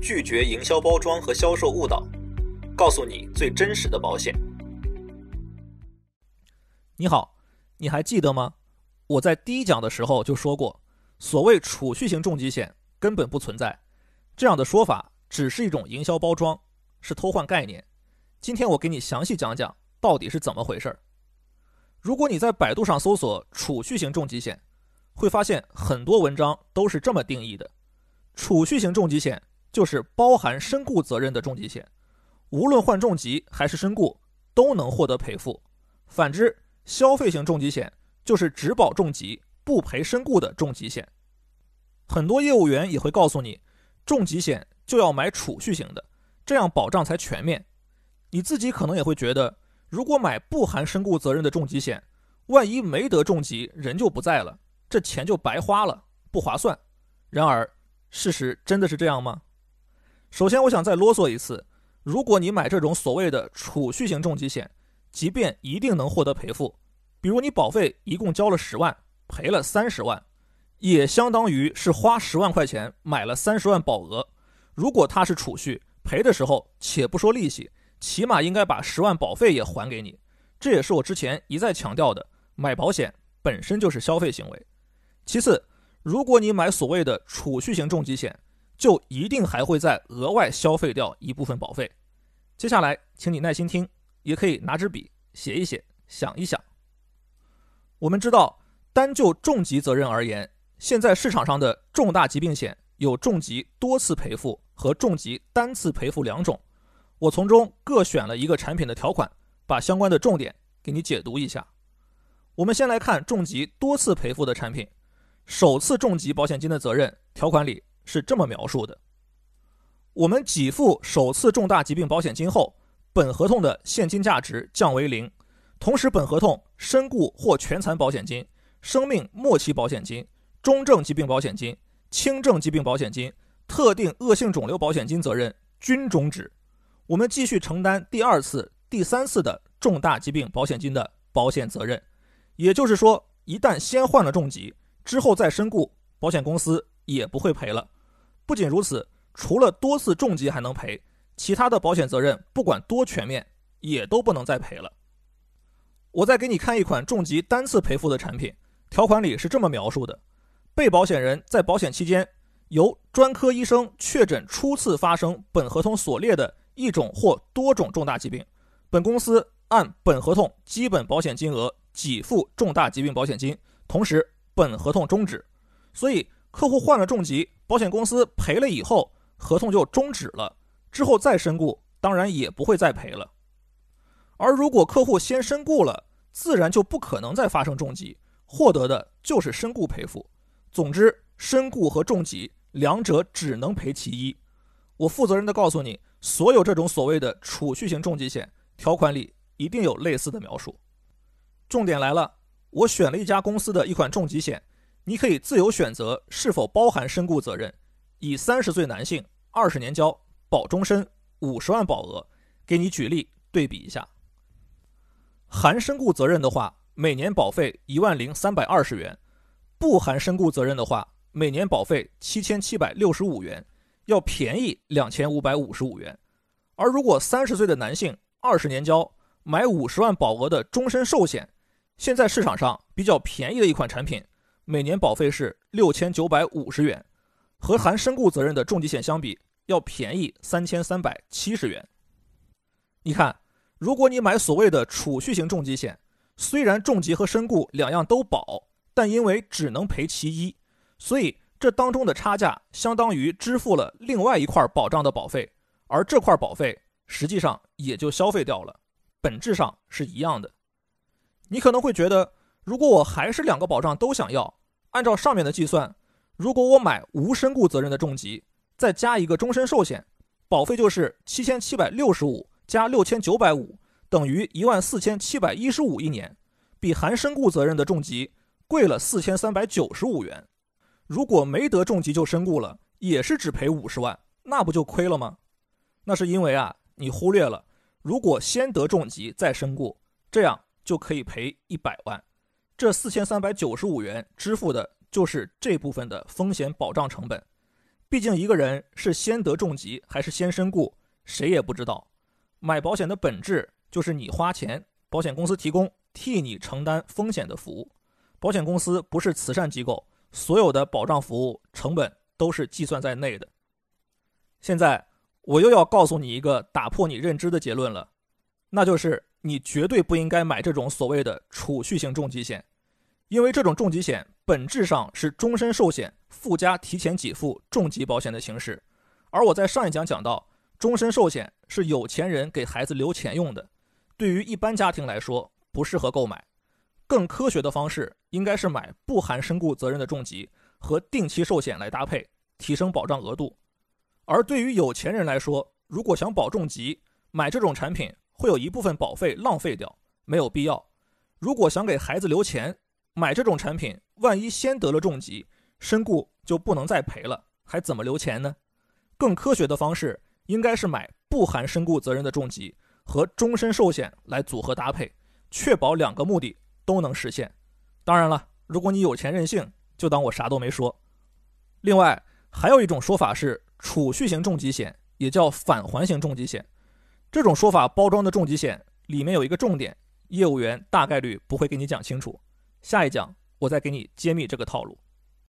拒绝营销包装和销售误导，告诉你最真实的保险。 你好，你还记得吗？我在第一讲的时候就说过，所谓储蓄型重疾险根本不存在，这样的说法只是一种营销包装，是偷换概念。今天我给你详细讲讲到底是怎么回事。如果你在百度上搜索储蓄型重疾险，会发现很多文章都是这么定义的：储蓄型重疾险就是包含身故责任的重疾险，无论患重疾还是身故都能获得赔付。反之，消费型重疾险就是只保重疾不赔身故的重疾险。很多业务员也会告诉你，重疾险就要买储蓄型的，这样保障才全面。你自己可能也会觉得，如果买不含身故责任的重疾险，万一没得重疾人就不在了，这钱就白花了，不划算。然而事实真的是这样吗？首先我想再啰嗦一次，如果你买这种所谓的储蓄型重疾险，即便一定能获得赔付，比如你保费一共交了10万，赔了30万，也相当于是花10万块钱买了30万保额。如果它是储蓄，赔的时候且不说利息，起码应该把10万保费也还给你。这也是我之前一再强调的，买保险本身就是消费行为。其次，如果你买所谓的储蓄型重疾险，就一定还会再额外消费掉一部分保费。接下来请你耐心听，也可以拿支笔写一写，想一想。我们知道，单就重疾责任而言，现在市场上的重大疾病险有重疾多次赔付和重疾单次赔付两种。我从中各选了一个产品的条款，把相关的重点给你解读一下。我们先来看重疾多次赔付的产品。首次重疾保险金的责任条款里是这么描述的：我们给付首次重大疾病保险金后，本合同的现金价值降为0，同时本合同身故或全残保险金、生命末期保险金、中症疾病保险金、轻症疾病保险金、特定恶性肿瘤保险金责任均终止，我们继续承担第2次、第3次的重大疾病保险金的保险责任。也就是说，一旦先患了重疾，之后再身故，保险公司也不会赔了。不仅如此，除了多次重疾还能赔，其他的保险责任不管多全面，也都不能再赔了。我再给你看一款重疾单次赔付的产品，条款里是这么描述的：被保险人在保险期间由专科医生确诊初次发生本合同所列的一种或多种重大疾病，本公司按本合同基本保险金额给付重大疾病保险金，同时本合同终止。所以客户患了重疾，保险公司赔了以后，合同就终止了，之后再身故当然也不会再赔了。而如果客户先身故了，自然就不可能再发生重疾，获得的就是身故赔付。总之，身故和重疾两者只能赔其一。我负责任的告诉你，所有这种所谓的储蓄型重疾险条款里一定有类似的描述。重点来了，我选了一家公司的一款重疾险，你可以自由选择是否包含身故责任，以30岁男性20年交，保终身50万保额，给你举例对比一下。含身故责任的话，每年保费10320元，不含身故责任的话，每年保费7765元，要便宜2555元。而如果30岁的男性20年交，买50万保额的终身寿险，现在市场上比较便宜的一款产品，每年保费是6950元，和含身故责任的重疾险相比，要便宜3370元。你看，如果你买所谓的储蓄型重疾险，虽然重疾和身故两样都保，但因为只能赔其一，所以这当中的差价相当于支付了另外一块保障的保费，而这块保费实际上也就消费掉了，本质上是一样的。你可能会觉得，如果我还是两个保障都想要，按照上面的计算，如果我买无身故责任的重疾，再加一个终身寿险，保费就是7765加6950，等于14715一年，比含身故责任的重疾贵了4395元。如果没得重疾就身故了，也是只赔50万，那不就亏了吗？那是因为你忽略了，如果先得重疾再身故，这样就可以赔100万。这4395元支付的就是这部分的风险保障成本。 毕竟一个人是先得重疾还是先身故，谁也不知道。买保险的本质就是你花钱，保险公司提供替你承担风险的服务。保险公司不是慈善机构，所有的保障服务成本都是计算在内的。现在我又要告诉你一个打破你认知的结论了，那就是你绝对不应该买这种所谓的储蓄型重疾险，因为这种重疾险本质上是终身寿险附加提前给付重疾保险的形式。而我在上一讲讲到，终身寿险是有钱人给孩子留钱用的，对于一般家庭来说不适合购买。更科学的方式应该是买不含身故责任的重疾和定期寿险来搭配，提升保障额度。而对于有钱人来说，如果想保重疾，买这种产品会有一部分保费浪费掉，没有必要。如果想给孩子留钱，买这种产品万一先得了重疾，身故就不能再赔了，还怎么留钱呢？更科学的方式应该是买不含身故责任的重疾和终身寿险来组合搭配，确保两个目的都能实现。当然了，如果你有钱任性，就当我啥都没说。另外，还有一种说法是储蓄型重疾险，也叫返还型重疾险。这种说法包装的重疾险里面有一个重点，业务员大概率不会给你讲清楚。下一讲我再给你揭秘这个套路。